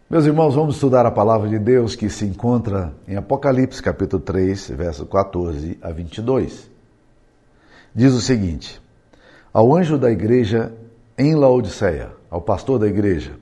Meus irmãos, vamos estudar a palavra de Deus que se encontra em Apocalipse, capítulo 3, versos 14 a 22. Diz o seguinte: ao anjo da igreja em Laodiceia, ao pastor da igreja,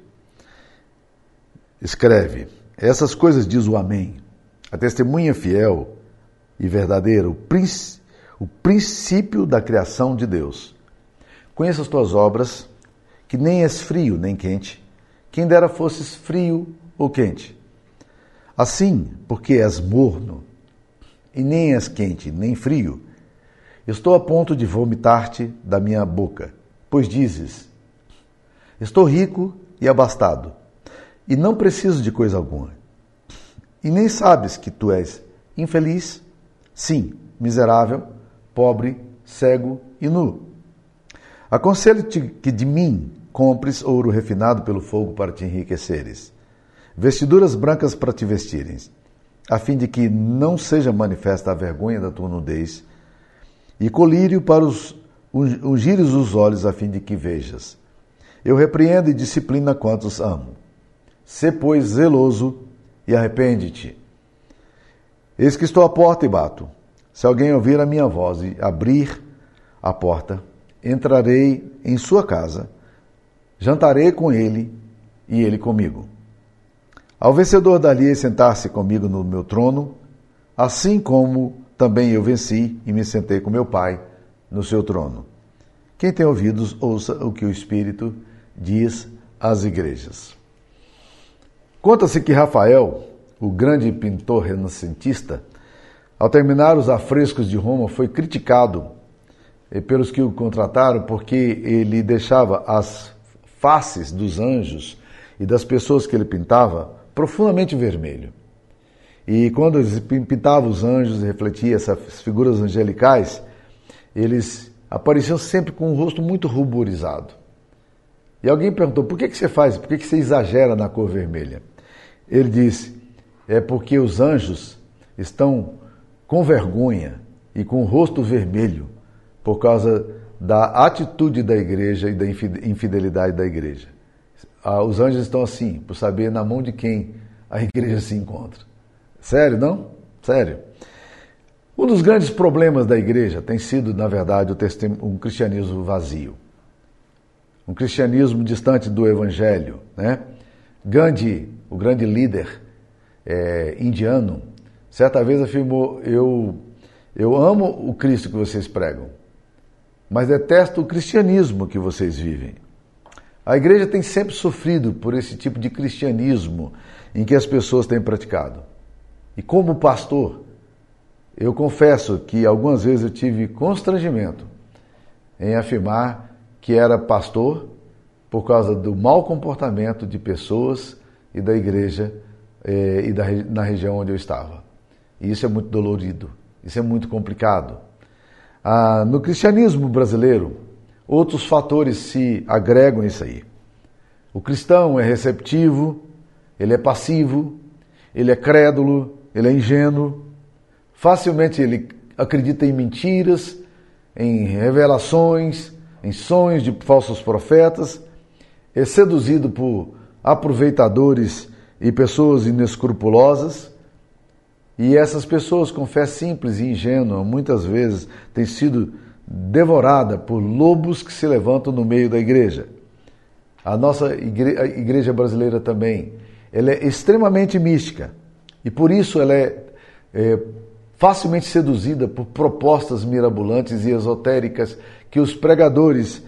escreve: essas coisas diz o Amém, a testemunha fiel e verdadeira, o princípio da criação de Deus. Conheço as tuas obras, que nem és frio nem quente. Quem dera fosses frio ou quente. Assim, porque és morno, e nem és quente nem frio, estou a ponto de vomitar-te da minha boca. Pois dizes: estou rico e abastado, e não preciso de coisa alguma. E nem sabes que tu és infeliz, sim, miserável, pobre, cego e nu. Aconselho-te que de mim compres ouro refinado pelo fogo para te enriqueceres, vestiduras brancas para te vestires, a fim de que não seja manifesta a vergonha da tua nudez, e colírio para ungires os olhos, a fim de que vejas. Eu repreendo e disciplina quantos amo. Sê, pois, zeloso e arrepende-te. Eis que estou à porta e bato. Se alguém ouvir a minha voz e abrir a porta, entrarei em sua casa, jantarei com ele e ele comigo. Ao vencedor dali sentar-se comigo no meu trono, assim como também eu venci e me sentei com meu Pai no seu trono. Quem tem ouvidos, ouça o que o Espírito diz às igrejas. Conta-se que Rafael, o grande pintor renascentista, ao terminar os afrescos de Roma, foi criticado pelos que o contrataram porque ele deixava as faces dos anjos e das pessoas que ele pintava profundamente vermelho. E quando eles pintavam os anjos e refletia essas figuras angelicais, eles apareciam sempre com um rosto muito ruborizado. E alguém perguntou: por que você faz? Por que você exagera na cor vermelha? Ele disse: é porque os anjos estão com vergonha e com o rosto vermelho por causa da atitude da igreja e da infidelidade da igreja. Os anjos estão assim, por saber na mão de quem a igreja se encontra. Sério, não? Sério. Um dos grandes problemas da igreja tem sido, na verdade, um cristianismo vazio. Um cristianismo distante do evangelho, né? Gandhi, o grande líder indiano, certa vez afirmou: eu amo o Cristo que vocês pregam, mas detesto o cristianismo que vocês vivem. A igreja tem sempre sofrido por esse tipo de cristianismo em que as pessoas têm praticado. E como pastor, eu confesso que algumas vezes eu tive constrangimento em afirmar que era pastor por causa do mau comportamento de pessoas e da igreja na região onde eu estava. E isso é muito dolorido, isso é muito complicado. No cristianismo brasileiro, outros fatores se agregam a isso aí. O cristão é receptivo, ele é passivo, ele é crédulo, ele é ingênuo, facilmente ele acredita em mentiras, em revelações, em sonhos de falsos profetas, é seduzido por aproveitadores e pessoas inescrupulosas. E essas pessoas com fé simples e ingênua, muitas vezes, têm sido devoradas por lobos que se levantam no meio da igreja. A nossa igreja brasileira também, ela é extremamente mística. E por isso ela é facilmente seduzida por propostas mirabolantes e esotéricas que os pregadores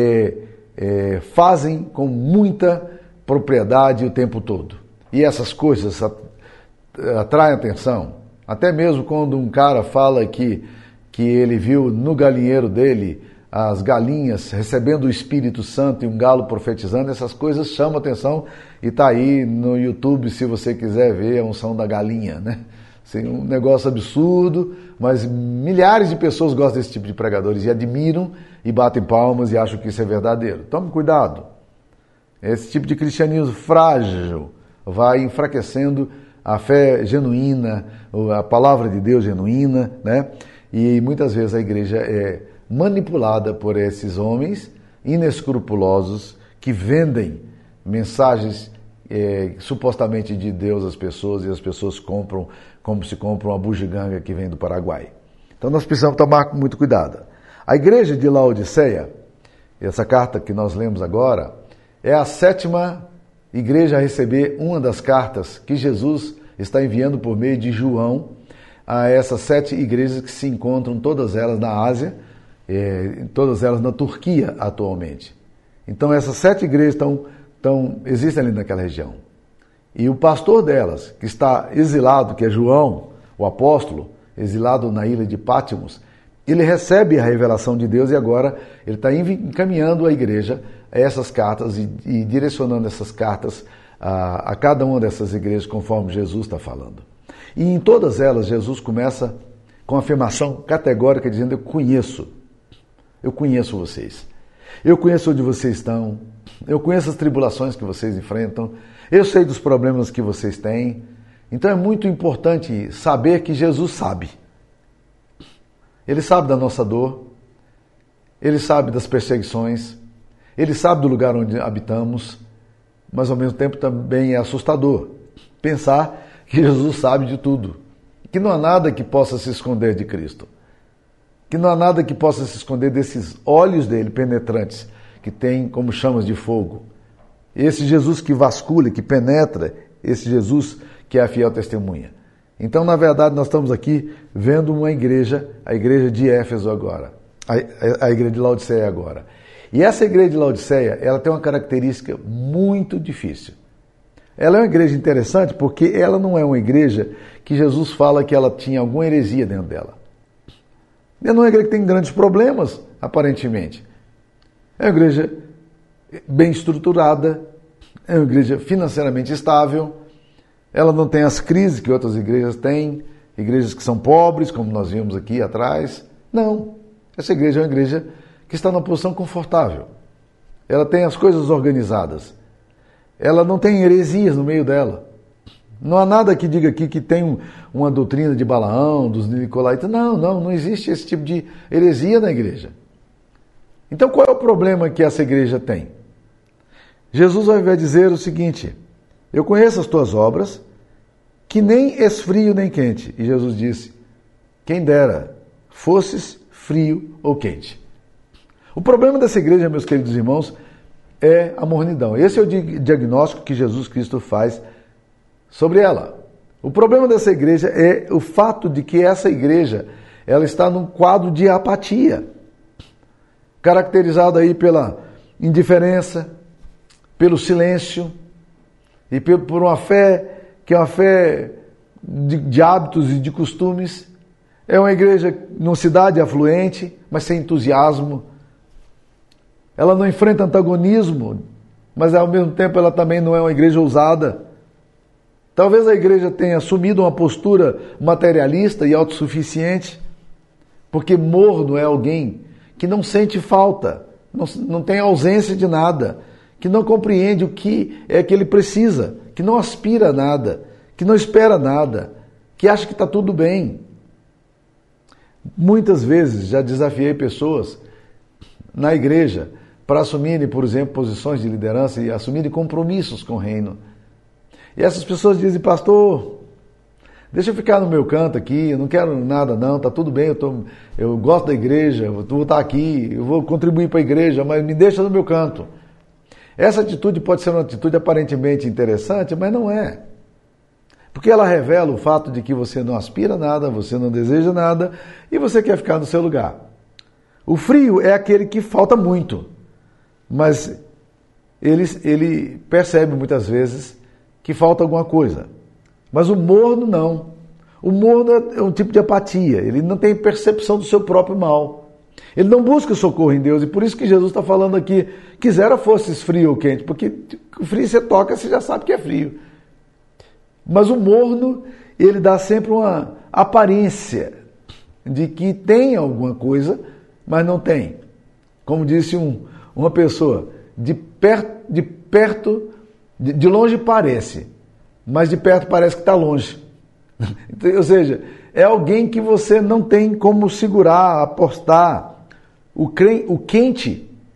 fazem com muita propriedade o tempo todo. E essas coisas atrai atenção, até mesmo quando um cara fala que ele viu no galinheiro dele as galinhas recebendo o Espírito Santo e um galo profetizando. Essas coisas chamam atenção e está aí no YouTube, se você quiser ver a unção da galinha, né? Assim, um negócio absurdo, mas milhares de pessoas gostam desse tipo de pregadores e admiram e batem palmas e acham que isso é verdadeiro. Tome cuidado. Esse tipo de cristianismo frágil vai enfraquecendo a fé genuína, a palavra de Deus genuína, né? E muitas vezes a igreja é manipulada por esses homens inescrupulosos que vendem mensagens supostamente de Deus às pessoas, e as pessoas compram como se compra uma bugiganga que vem do Paraguai. Então nós precisamos tomar muito cuidado. A igreja de Laodiceia, essa carta que nós lemos agora, é a 7ª igreja a receber uma das cartas que Jesus está enviando por meio de João a essas 7 igrejas que se encontram todas elas na Ásia, todas elas na Turquia atualmente. Então essas 7 igrejas existem ali naquela região. E o pastor delas, que está exilado, que é João, o apóstolo, exilado na ilha de Pátimos, ele recebe a revelação de Deus e agora ele está encaminhando a igreja a essas cartas e direcionando essas cartas a cada uma dessas igrejas conforme Jesus está falando. E em todas elas Jesus começa com a afirmação categórica dizendo: eu conheço vocês, eu conheço onde vocês estão, eu conheço as tribulações que vocês enfrentam, eu sei dos problemas que vocês têm. Então é muito importante saber que Jesus sabe. Ele sabe da nossa dor, Ele sabe das perseguições, Ele sabe do lugar onde habitamos, mas ao mesmo tempo também é assustador pensar que Jesus sabe de tudo, que não há nada que possa se esconder de Cristo, que não há nada que possa se esconder desses olhos dele penetrantes, que tem como chamas de fogo. Esse Jesus que vasculha, que penetra, esse Jesus que é a fiel testemunha. Então, na verdade, nós estamos aqui vendo uma igreja, a igreja de Éfeso agora, a igreja de Laodiceia agora. E essa igreja de Laodiceia, ela tem uma característica muito difícil. Ela é uma igreja interessante porque ela não é uma igreja que Jesus fala que ela tinha alguma heresia dentro dela. Ela não é uma igreja que tem grandes problemas, aparentemente. É uma igreja bem estruturada, é uma igreja financeiramente estável, ela não tem as crises que outras igrejas têm, igrejas que são pobres, como nós vimos aqui atrás. Não, essa igreja é uma igreja que está numa posição confortável. Ela tem as coisas organizadas. Ela não tem heresias no meio dela. Não há nada que diga aqui que tem uma doutrina de Balaão, dos Nicolaitas. Não existe esse tipo de heresia na igreja. Então qual é o problema que essa igreja tem? Jesus vai dizer o seguinte: eu conheço as tuas obras, que nem és frio nem quente. E Jesus disse: quem dera fosses frio ou quente. O problema dessa igreja, meus queridos irmãos, é a mornidão. Esse é o diagnóstico que Jesus Cristo faz sobre ela. O problema dessa igreja é o fato de que essa igreja ela está num quadro de apatia, caracterizado aí pela indiferença, pelo silêncio e por uma fé que é uma fé de hábitos e de costumes. É uma igreja numa cidade afluente, mas sem entusiasmo. Ela não enfrenta antagonismo, mas ao mesmo tempo ela também não é uma igreja ousada. Talvez a igreja tenha assumido uma postura materialista e autossuficiente, porque morno é alguém que não sente falta, não tem ausência de nada, que não compreende o que é que ele precisa, que não aspira a nada, que não espera nada, que acha que está tudo bem. Muitas vezes já desafiei pessoas na igreja para assumirem, por exemplo, posições de liderança e assumirem compromissos com o reino. E essas pessoas dizem: pastor, deixa eu ficar no meu canto aqui, eu não quero nada não, está tudo bem, eu gosto da igreja, eu vou estar aqui, eu vou contribuir para a igreja, mas me deixa no meu canto. Essa atitude pode ser uma atitude aparentemente interessante, mas não é. Porque ela revela o fato de que você não aspira a nada, você não deseja nada e você quer ficar no seu lugar. O frio é aquele que falta muito, mas ele percebe muitas vezes que falta alguma coisa. Mas o morno não. O morno é um tipo de apatia, ele não tem percepção do seu próprio mal. Ele não busca socorro em Deus, e por isso que Jesus está falando aqui: quisera fosses frio ou quente, porque o frio você toca, você já sabe que é frio. Mas o morno, ele dá sempre uma aparência de que tem alguma coisa, mas não tem. Como disse uma pessoa, de longe parece, mas de perto parece que está longe. Ou seja, é alguém que você não tem como segurar, apostar. O quente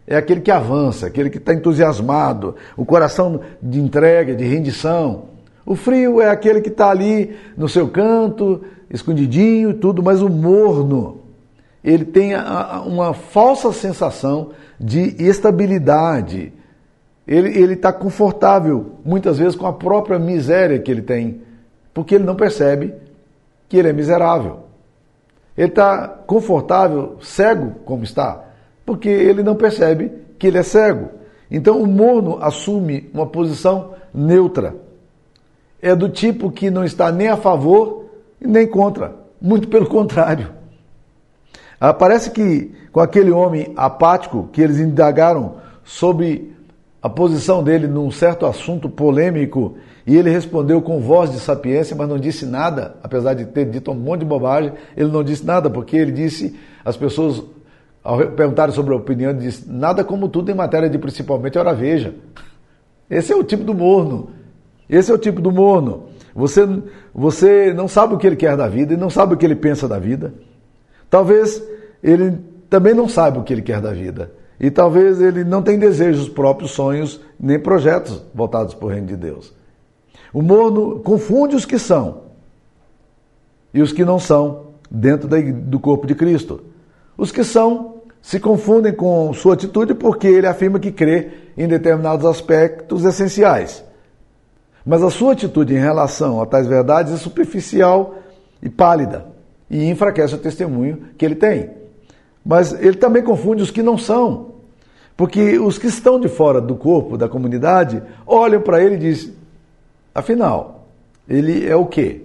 é aquele que avança, aquele que está entusiasmado, o coração de entrega, de rendição. O frio é aquele que está ali no seu canto, escondidinho e tudo, mas o morno, ele tem uma falsa sensação de estabilidade. Ele está confortável, muitas vezes, com a própria miséria que ele tem, porque ele não percebe que ele é miserável. Ele está confortável, cego como está, porque ele não percebe que ele é cego. Então o morno assume uma posição neutra. É do tipo que não está nem a favor e nem contra. Muito pelo contrário. Parece que com aquele homem apático que eles indagaram sobre a posição dele num certo assunto polêmico, e ele respondeu com voz de sapiência, mas não disse nada, apesar de ter dito um monte de bobagem, ele não disse nada, porque ele disse, as pessoas, ao perguntarem sobre a opinião, ele disse, nada como tudo em matéria de principalmente ora veja. Esse é o tipo do morno. Esse é o tipo do morno. Você não sabe o que ele quer da vida e não sabe o que ele pensa da vida. Talvez ele também não saiba o que ele quer da vida. E talvez ele não tenha desejos próprios, sonhos, nem projetos voltados para o reino de Deus. O morno confunde os que são e os que não são dentro do corpo de Cristo. Os que são se confundem com sua atitude porque ele afirma que crê em determinados aspectos essenciais. Mas a sua atitude em relação a tais verdades é superficial e pálida e enfraquece o testemunho que ele tem. Mas ele também confunde os que não são, porque os que estão de fora do corpo, da comunidade, olham para ele e dizem, afinal, ele é o quê?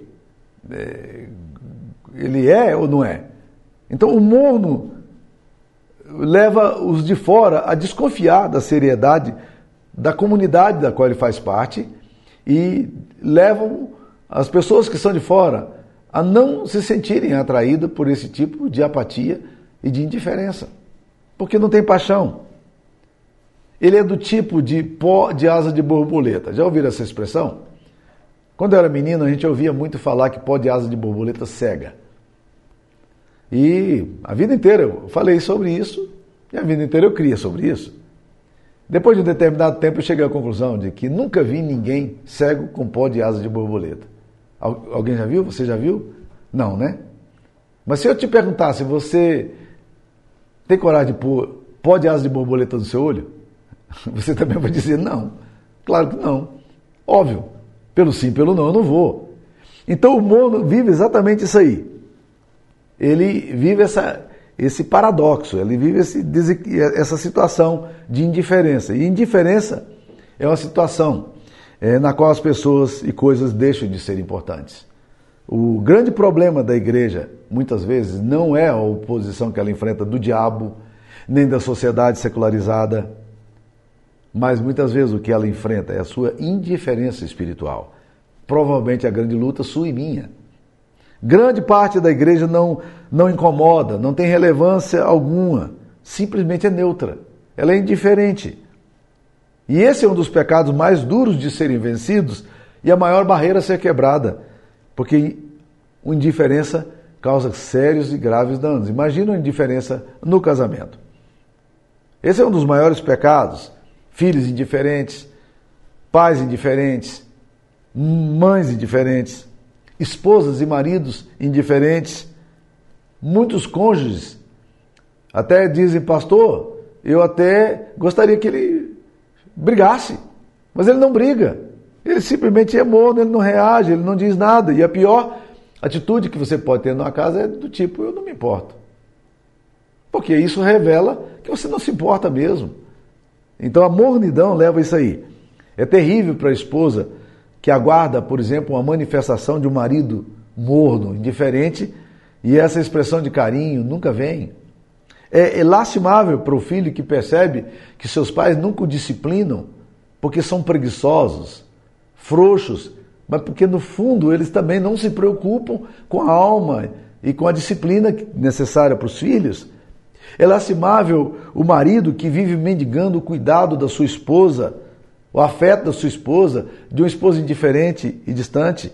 Ele é ou não é? Então o morno leva os de fora a desconfiar da seriedade da comunidade da qual ele faz parte e levam as pessoas que são de fora a não se sentirem atraídas por esse tipo de apatia e de indiferença, porque não tem paixão. Ele é do tipo de pó de asa de borboleta. Já ouviram essa expressão? Quando eu era menino, a gente ouvia muito falar que pó de asa de borboleta cega. E a vida inteira eu falei sobre isso, e a vida inteira eu cria sobre isso. Depois de um determinado tempo, eu cheguei à conclusão de que nunca vi ninguém cego com pó de asa de borboleta. Alguém já viu? Você já viu? Não, né? Mas se eu te perguntasse, você tem coragem de pôr pó de asa de borboleta no seu olho? Você também vai dizer não. Claro que não. Óbvio. Pelo sim, pelo não, eu não vou. Então o morno vive exatamente isso aí. Ele vive esse paradoxo, ele vive essa situação de indiferença. E indiferença é uma situação na qual as pessoas e coisas deixam de ser importantes. O grande problema da igreja, muitas vezes, não é a oposição que ela enfrenta do diabo, nem da sociedade secularizada, mas muitas vezes o que ela enfrenta é a sua indiferença espiritual. Provavelmente a grande luta sua e minha. Grande parte da igreja não incomoda, não tem relevância alguma, simplesmente é neutra, ela é indiferente. E esse é um dos pecados mais duros de serem vencidos e a maior barreira a ser quebrada, porque a indiferença causa sérios e graves danos. Imagina a indiferença no casamento. Esse é um dos maiores pecados. Filhos indiferentes, pais indiferentes, mães indiferentes, esposas e maridos indiferentes. Muitos cônjuges até dizem, pastor, eu até gostaria que ele brigasse, mas ele não briga. Ele simplesmente é morno, ele não reage, ele não diz nada. E a pior atitude que você pode ter numa casa é do tipo, eu não me importo. Porque isso revela que você não se importa mesmo. Então a mornidão leva a isso aí. É terrível para a esposa que aguarda, por exemplo, uma manifestação de um marido morno, indiferente, e essa expressão de carinho nunca vem. É lastimável para o filho que percebe que seus pais nunca o disciplinam porque são preguiçosos, frouxos, mas porque no fundo eles também não se preocupam com a alma e com a disciplina necessária para os filhos. É lastimável o marido que vive mendigando o cuidado da sua esposa, o afeto da sua esposa, de uma esposa indiferente e distante.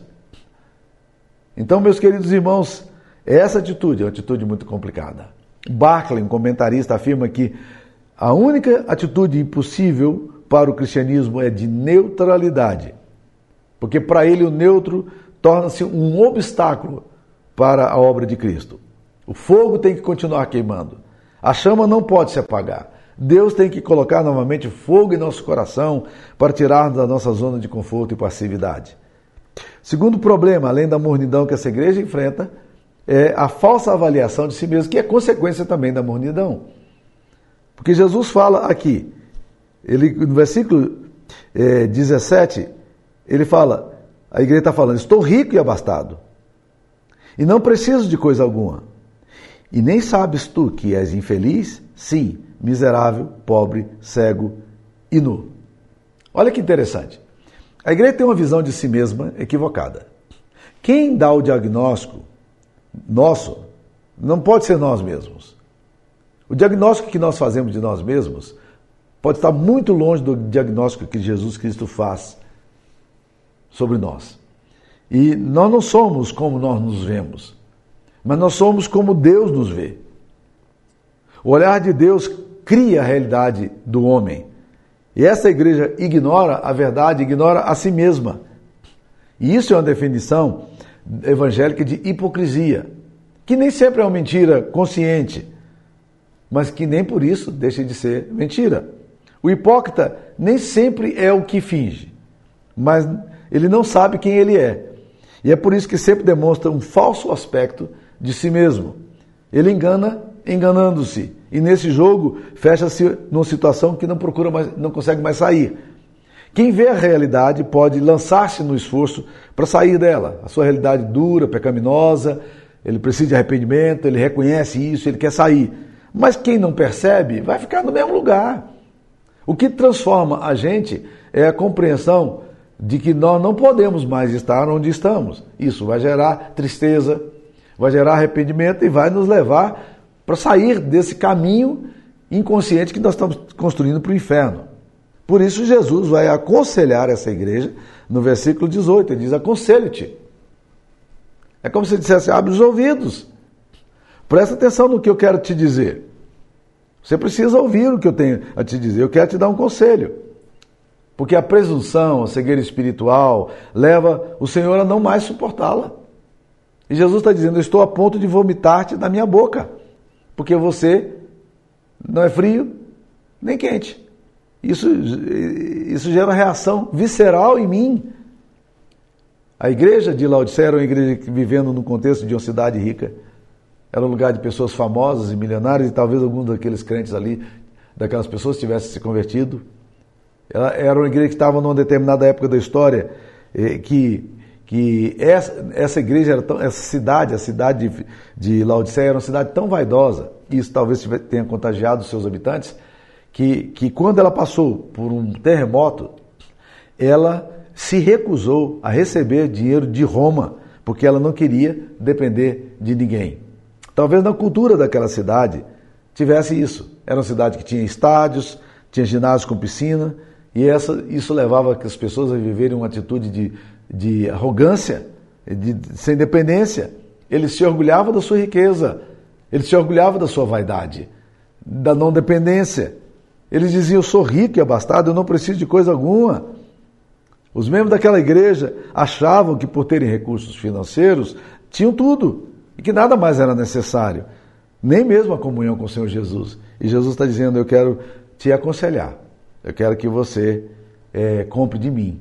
Então, meus queridos irmãos, essa atitude é uma atitude muito complicada. Barclay, um comentarista, afirma que A única atitude impossível para o cristianismo é de neutralidade, porque para ele o neutro torna-se um obstáculo para a obra de Cristo. O fogo tem que continuar queimando, a chama não pode se apagar. Deus tem que colocar novamente fogo em nosso coração para tirar-nos da nossa zona de conforto e passividade. Segundo problema, além da mornidão que essa igreja enfrenta, é a falsa avaliação de si mesmo, que é consequência também da mornidão. Porque Jesus fala aqui, no versículo 17, ele fala, a igreja está falando, estou rico e abastado, e não preciso de coisa alguma. E nem sabes tu que és infeliz? Sim, miserável, pobre, cego e nu. Olha que interessante. A igreja tem uma visão de si mesma equivocada. Quem dá o diagnóstico nosso não pode ser nós mesmos. O diagnóstico que nós fazemos de nós mesmos pode estar muito longe do diagnóstico que Jesus Cristo faz sobre nós. E nós não somos como nós nos vemos, mas nós somos como Deus nos vê. O olhar de Deus cria a realidade do homem. E essa igreja ignora a verdade, ignora a si mesma. E isso é uma definição evangélica de hipocrisia, que nem sempre é uma mentira consciente, mas que nem por isso deixa de ser mentira. O hipócrita nem sempre é o que finge, mas ele não sabe quem ele é. E é por isso que sempre demonstra um falso aspecto de si mesmo. Ele engana, enganando-se. E nesse jogo, fecha-se numa situação que não consegue mais sair. Quem vê a realidade pode lançar-se no esforço para sair dela. A sua realidade dura, pecaminosa, ele precisa de arrependimento, ele reconhece isso, ele quer sair. Mas quem não percebe vai ficar no mesmo lugar. O que transforma a gente é a compreensão de que nós não podemos mais estar onde estamos. Isso vai gerar tristeza, vai gerar arrependimento e vai nos levar para sair desse caminho inconsciente que nós estamos construindo para o inferno. Por isso Jesus vai aconselhar essa igreja no versículo 18, ele diz, aconselho-te. É como se ele dissesse, abre os ouvidos. Presta atenção no que eu quero te dizer. Você precisa ouvir o que eu tenho a te dizer. Eu quero te dar um conselho. Porque a presunção, a cegueira espiritual, leva o Senhor a não mais suportá-la. E Jesus está dizendo, eu estou a ponto de vomitar-te da minha boca. Porque você não é frio nem quente. Isso gera uma reação visceral em mim. A igreja de Laodiceia era uma igreja vivendo no contexto de uma cidade rica. Era um lugar de pessoas famosas e milionárias, e talvez alguns daqueles crentes ali, daquelas pessoas tivessem se convertido. Era uma igreja que estava numa determinada época da história, que essa igreja, essa cidade, a cidade de Laodiceia, era uma cidade tão vaidosa, e isso talvez tenha contagiado os seus habitantes, que quando ela passou por um terremoto, ela se recusou a receber dinheiro de Roma, porque ela não queria depender de ninguém. Talvez na cultura daquela cidade tivesse isso. Era uma cidade que tinha estádios, tinha ginásio com piscina, e isso levava as pessoas a viverem uma atitude de arrogância, sem dependência. Eles se orgulhavam da sua riqueza, eles se orgulhavam da sua vaidade, da não dependência. Eles diziam, eu sou rico e abastado, eu não preciso de coisa alguma. Os membros daquela igreja achavam que por terem recursos financeiros, tinham tudo, e que nada mais era necessário, nem mesmo a comunhão com o Senhor Jesus. E Jesus está dizendo, eu quero te aconselhar, eu quero que você compre de mim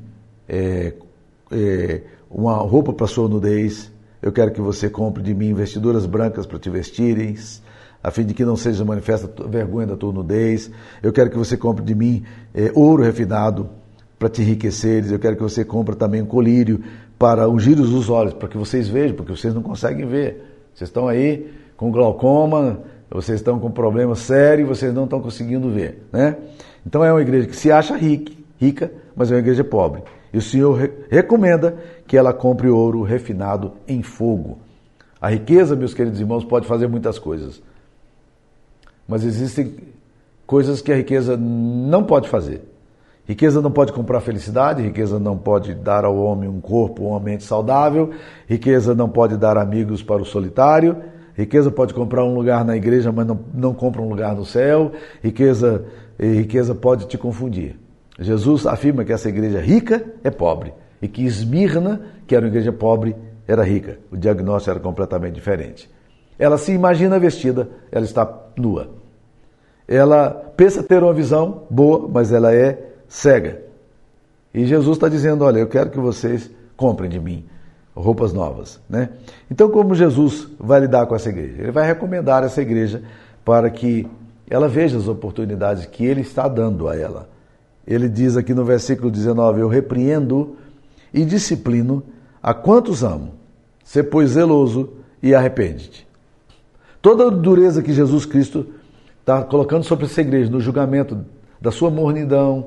uma roupa para sua nudez, eu quero que você compre de mim vestiduras brancas para te vestires, a fim de que não seja manifesta vergonha da tua nudez, eu quero que você compre de mim ouro refinado para te enriqueceres, eu quero que você compre também um colírio para ungir os olhos, para que vocês vejam, porque vocês não conseguem ver. Vocês estão aí com glaucoma, vocês estão com problema sério, vocês não estão conseguindo ver, né? Então é uma igreja que se acha rica, mas é uma igreja pobre. E o Senhor recomenda que ela compre ouro refinado em fogo. A riqueza, meus queridos irmãos, pode fazer muitas coisas. Mas existem coisas que a riqueza não pode fazer. Riqueza não pode comprar felicidade, riqueza não pode dar ao homem um corpo, uma mente saudável, riqueza não pode dar amigos para o solitário, Riqueza pode comprar um lugar na igreja, mas não compra um lugar no céu. Riqueza pode te confundir. Jesus afirma que essa igreja rica é pobre e que Esmirna, que era uma igreja pobre, era rica. O diagnóstico era completamente diferente. Ela se imagina vestida, ela está nua. Ela pensa ter uma visão boa, mas ela é cega. E Jesus está dizendo, olha, eu quero que vocês comprem de mim roupas novas, né? Então, como Jesus vai lidar com essa igreja? Ele vai recomendar essa igreja para que ela veja as oportunidades que ele está dando a ela. Ele diz aqui no versículo 19, eu repreendo e disciplino a quantos amo. Sê, pois, zeloso e arrepende-te. Toda a dureza que Jesus Cristo está colocando sobre essa igreja, no julgamento da sua mornidão,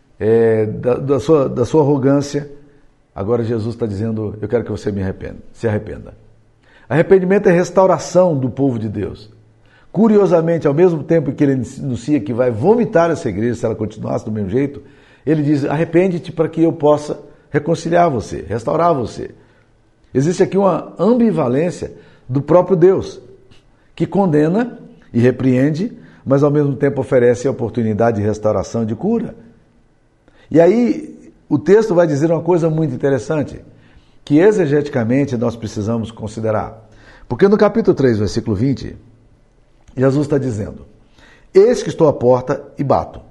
da sua arrogância, agora Jesus está dizendo, eu quero que você se arrependa. Arrependimento é restauração do povo de Deus. Curiosamente, ao mesmo tempo que ele anuncia que vai vomitar essa igreja se ela continuasse do mesmo jeito, ele diz, arrepende-te para que eu possa reconciliar você, restaurar você. Existe aqui uma ambivalência do próprio Deus, que condena e repreende, mas ao mesmo tempo oferece a oportunidade de restauração, de cura. E aí o texto vai dizer uma coisa muito interessante, que exegeticamente nós precisamos considerar. Porque no capítulo 3, versículo 20, Jesus está dizendo, eis que estou à porta e bato.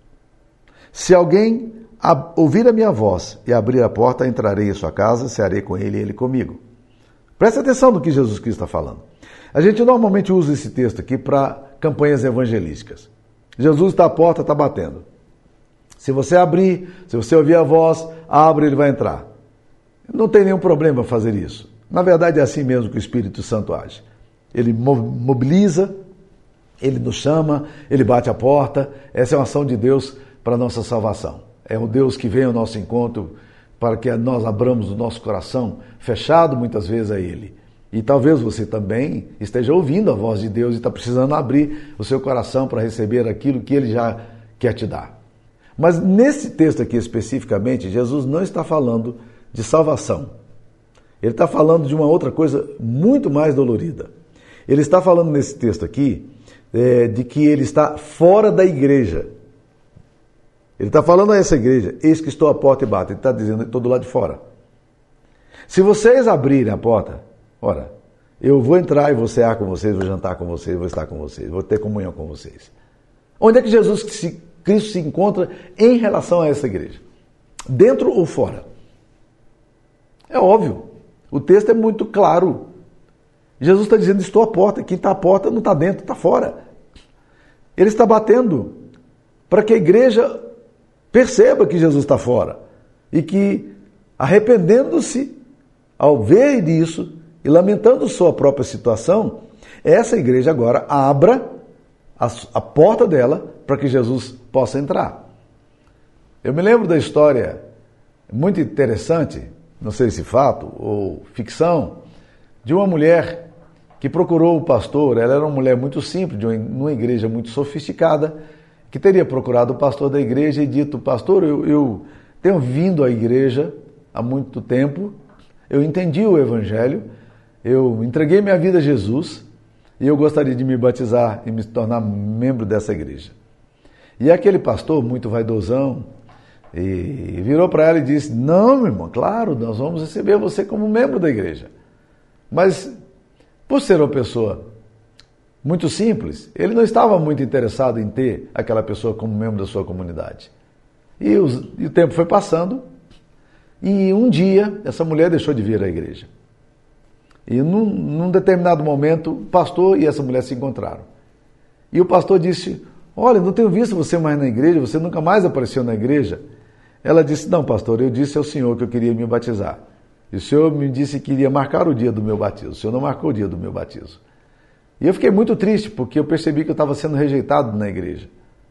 Se alguém ouvir a minha voz e abrir a porta, entrarei em sua casa, cearei com ele e ele comigo. Presta atenção no que Jesus Cristo está falando. A gente normalmente usa esse texto aqui para campanhas evangelísticas. Jesus está à porta, está batendo. Se você abrir, se você ouvir a voz, abre, ele vai entrar. Não tem nenhum problema fazer isso. Na verdade é assim mesmo que o Espírito Santo age. Ele mobiliza, ele nos chama, ele bate a porta. Essa é uma ação de Deus para a nossa salvação. É o Deus que vem ao nosso encontro para que nós abramos o nosso coração, fechado muitas vezes a Ele. E talvez você também esteja ouvindo a voz de Deus e está precisando abrir o seu coração para receber aquilo que Ele já quer te dar. Mas nesse texto aqui especificamente, Jesus não está falando de salvação. Ele está falando de uma outra coisa muito mais dolorida. Ele está falando nesse texto aqui de que ele está fora da igreja. Ele está falando a essa igreja, eis que estou à porta e bato. Ele está dizendo, estou do lado de fora. Se vocês abrirem a porta, ora, eu vou entrar e vou cear com vocês, vou jantar com vocês, vou estar com vocês, vou ter comunhão com vocês. Onde é que Jesus Cristo se encontra em relação a essa igreja? Dentro ou fora? É óbvio. O texto é muito claro. Jesus está dizendo, estou à porta. Quem está à porta não está dentro, está fora. Ele está batendo para que a igreja perceba que Jesus está fora. E que, arrependendo-se ao ver isso e lamentando sua própria situação, essa igreja agora abra a porta dela para que Jesus possa entrar. Eu me lembro da história muito interessante, não sei se fato ou ficção, de uma mulher que procurou o pastor. Ela era uma mulher muito simples, de uma igreja muito sofisticada, que teria procurado o pastor da igreja e dito, pastor, eu tenho vindo à igreja há muito tempo, eu entendi o evangelho, eu entreguei minha vida a Jesus e eu gostaria de me batizar e me tornar membro dessa igreja. E aquele pastor, muito vaidosão, e virou para ela e disse, não, meu irmão, claro, nós vamos receber você como membro da igreja. Mas, por ser uma pessoa muito simples, ele não estava muito interessado em ter aquela pessoa como membro da sua comunidade. E o tempo foi passando, e um dia essa mulher deixou de vir à igreja. E num determinado momento, o pastor e essa mulher se encontraram. E o pastor disse, olha, não tenho visto você mais na igreja, você nunca mais apareceu na igreja. Ela disse, não, pastor, eu disse ao senhor que eu queria me batizar. E o senhor me disse que iria marcar o dia do meu batismo. O senhor não marcou o dia do meu batismo. E eu fiquei muito triste, porque eu percebi que eu estava sendo rejeitado na igreja.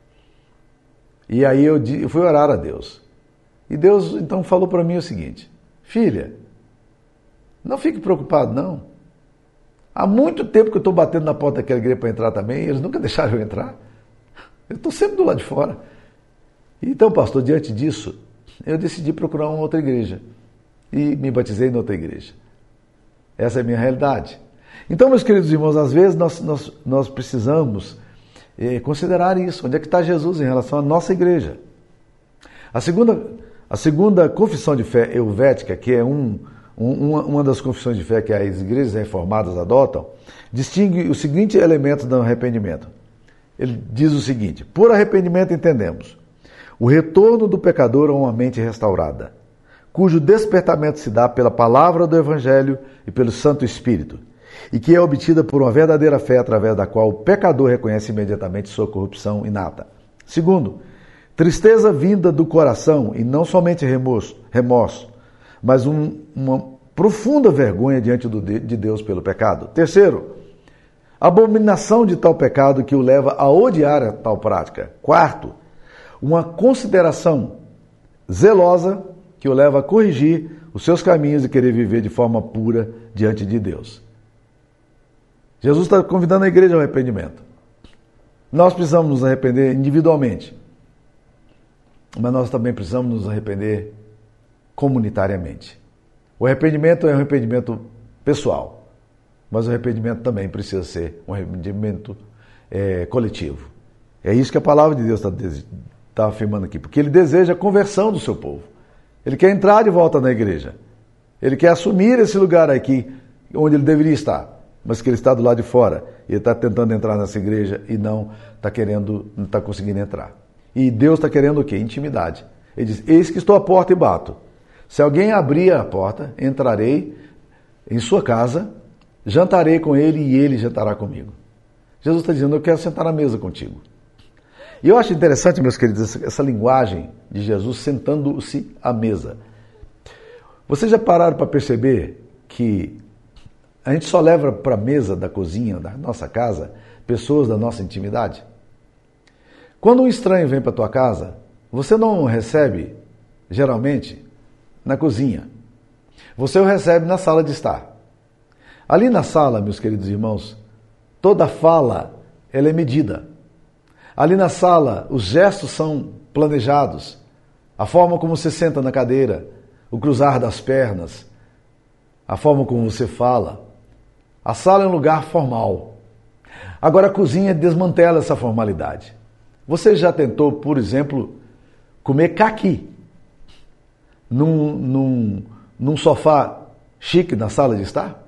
E aí eu fui orar a Deus. E Deus então falou para mim o seguinte, filha, não fique preocupado não. Há muito tempo que eu estou batendo na porta daquela igreja para entrar também, e eles nunca deixaram eu entrar. Eu estou sempre do lado de fora. Então, pastor, diante disso, eu decidi procurar uma outra igreja. E me batizei em outra igreja. Essa é a minha realidade. Então, meus queridos irmãos, às vezes nós precisamos considerar isso. Onde é que está Jesus em relação à nossa igreja? A segunda confissão de fé helvética, que é uma das confissões de fé que as igrejas reformadas adotam, distingue o seguinte elemento do arrependimento. Ele diz o seguinte: por arrependimento entendemos o retorno do pecador a uma mente restaurada, cujo despertamento se dá pela palavra do Evangelho e pelo Santo Espírito, e que é obtida por uma verdadeira fé através da qual o pecador reconhece imediatamente sua corrupção inata. Segundo, tristeza vinda do coração e não somente remorso, mas uma profunda vergonha diante de Deus pelo pecado. Terceiro, abominação de tal pecado que o leva a odiar a tal prática. Quarto, uma consideração zelosa que o leva a corrigir os seus caminhos e querer viver de forma pura diante de Deus. Jesus está convidando a igreja ao arrependimento. Nós precisamos nos arrepender individualmente, mas nós também precisamos nos arrepender comunitariamente. O arrependimento é um arrependimento pessoal, mas o arrependimento também precisa ser um arrependimento coletivo. É isso que a palavra de Deus está afirmando aqui, porque ele deseja a conversão do seu povo. Ele quer entrar de volta na igreja. Ele quer assumir esse lugar aqui, onde ele deveria estar, mas que ele está do lado de fora. Ele está tentando entrar nessa igreja e não está conseguindo entrar. E Deus está querendo o quê? Intimidade. Ele diz: eis que estou à porta e bato. Se alguém abrir a porta, entrarei em sua casa, jantarei com ele e ele jantará comigo. Jesus está dizendo: eu quero sentar à mesa contigo. E eu acho interessante, meus queridos, essa linguagem de Jesus sentando-se à mesa. Vocês já pararam para perceber que a gente só leva para a mesa da cozinha da nossa casa pessoas da nossa intimidade? Quando um estranho vem para a tua casa, você não o recebe, geralmente, na cozinha. Você o recebe na sala de estar. Ali na sala, meus queridos irmãos, toda fala ela é medida. Ali na sala, os gestos são planejados. A forma como você senta na cadeira, o cruzar das pernas, a forma como você fala. A sala é um lugar formal. Agora a cozinha desmantela essa formalidade. Você já tentou, por exemplo, comer caqui num sofá chique na sala de estar?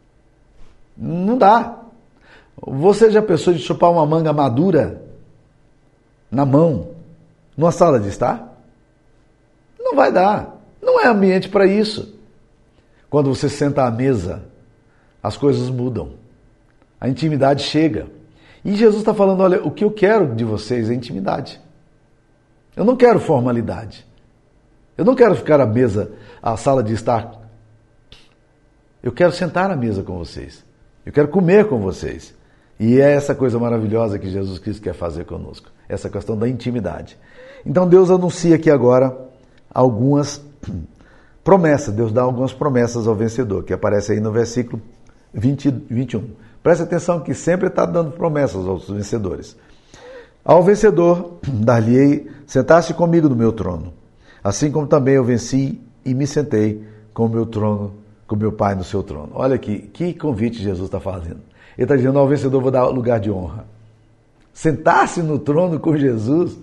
Não dá. Você já pensou de chupar uma manga madura na mão, numa sala de estar? Não vai dar. Não é ambiente para isso. Quando você senta à mesa, as coisas mudam. A intimidade chega. E Jesus está falando: olha, o que eu quero de vocês é intimidade. Eu não quero formalidade. Eu não quero ficar à mesa, à sala de estar. Eu quero sentar à mesa com vocês. Eu quero comer com vocês. E é essa coisa maravilhosa que Jesus Cristo quer fazer conosco. Essa questão da intimidade. Então Deus anuncia aqui agora algumas promessas. Deus dá algumas promessas ao vencedor, que aparece aí no versículo 20 e 21. Preste atenção que sempre está dando promessas aos vencedores. Ao vencedor, dar-lhe-ei sentar-se comigo no meu trono, assim como também eu venci e me sentei com o meu trono, com meu Pai no seu trono. Olha aqui, que convite Jesus está fazendo. Ele está dizendo: ao vencedor vou dar lugar de honra. Sentar-se no trono com Jesus,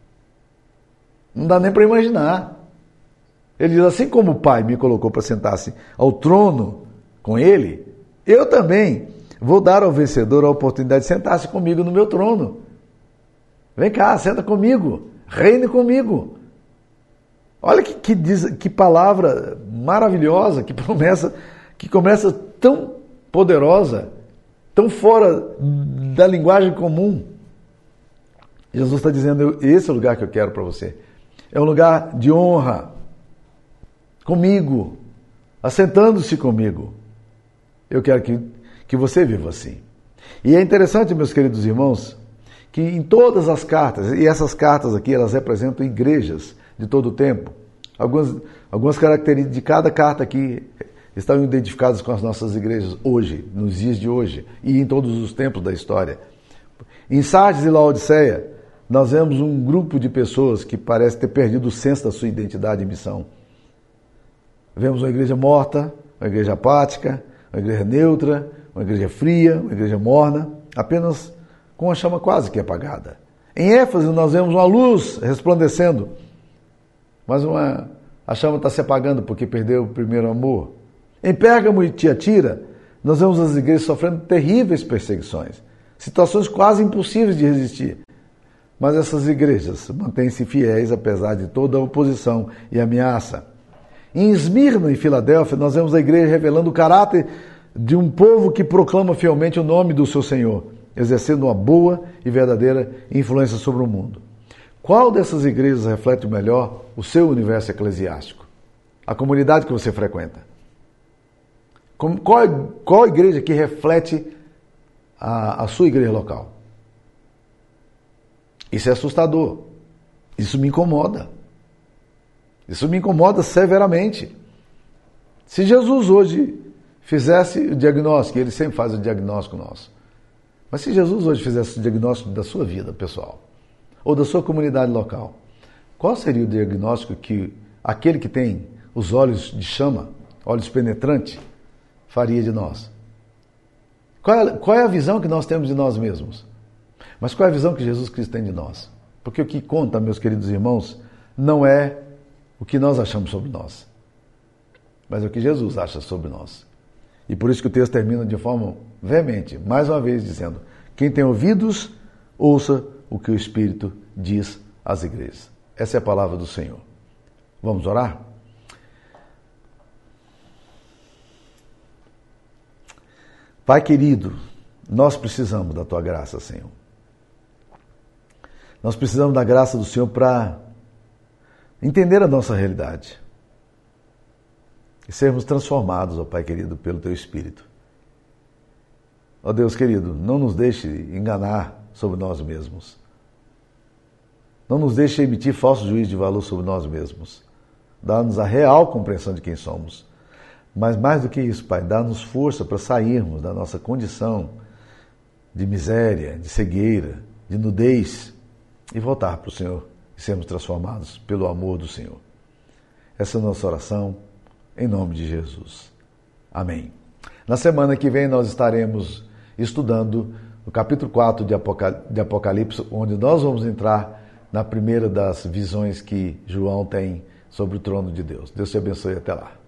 não dá nem para imaginar. Ele diz: assim como o Pai me colocou para sentar-se ao trono com Ele, eu também vou dar ao vencedor a oportunidade de sentar-se comigo no meu trono. Vem cá, senta comigo, reine comigo. Olha que palavra maravilhosa, que promessa tão poderosa, tão fora da linguagem comum. Jesus está dizendo: esse é o lugar que eu quero para você. É um lugar de honra, comigo, assentando-se comigo. Eu quero que você viva assim. E é interessante, meus queridos irmãos, que em todas as cartas, e essas cartas aqui, elas representam igrejas de todo o tempo. Algumas características de cada carta aqui estão identificadas com as nossas igrejas hoje, nos dias de hoje, e em todos os tempos da história. Em Sardes e Laodiceia, nós vemos um grupo de pessoas que parece ter perdido o senso da sua identidade e missão. Vemos uma igreja morta, uma igreja apática, uma igreja neutra, uma igreja fria, uma igreja morna, apenas com a chama quase que apagada. Em Éfeso nós vemos uma luz resplandecendo, mas a chama está se apagando porque perdeu o primeiro amor. Em Pérgamo e Tiatira, nós vemos as igrejas sofrendo terríveis perseguições, situações quase impossíveis de resistir. Mas essas igrejas mantêm-se fiéis apesar de toda a oposição e ameaça. Em Esmirna e Filadélfia, nós vemos a igreja revelando o caráter de um povo que proclama fielmente o nome do seu Senhor, exercendo uma boa e verdadeira influência sobre o mundo. Qual dessas igrejas reflete melhor o seu universo eclesiástico? A comunidade que você frequenta? Qual igreja que reflete a sua igreja local? Isso é assustador. Isso me incomoda. Isso me incomoda severamente. Se Jesus hoje fizesse o diagnóstico, ele sempre faz o diagnóstico nosso, mas se Jesus hoje fizesse o diagnóstico da sua vida pessoal, ou da sua comunidade local, qual seria o diagnóstico que aquele que tem os olhos de chama, olhos penetrantes, faria de nós? Qual é a visão que nós temos de nós mesmos? Mas qual é a visão que Jesus Cristo tem de nós? Porque o que conta, meus queridos irmãos, não é o que nós achamos sobre nós, mas o que Jesus acha sobre nós. E por isso que o texto termina de forma veemente, mais uma vez dizendo: quem tem ouvidos, ouça o que o Espírito diz às igrejas. Essa é a palavra do Senhor. Vamos orar? Pai querido, nós precisamos da Tua graça, Senhor. Nós precisamos da graça do Senhor para entender a nossa realidade e sermos transformados, ó Pai querido, pelo Teu Espírito. Ó Deus querido, não nos deixe enganar sobre nós mesmos. Não nos deixe emitir falso juízo de valor sobre nós mesmos. Dá-nos a real compreensão de quem somos. Mas mais do que isso, Pai, dá-nos força para sairmos da nossa condição de miséria, de cegueira, de nudez e voltar para o Senhor e sermos transformados pelo amor do Senhor. Essa é a nossa oração, em nome de Jesus. Amém. Na semana que vem nós estaremos estudando o capítulo 4 de Apocalipse, onde nós vamos entrar na primeira das visões que João tem sobre o trono de Deus. Deus te abençoe, até lá.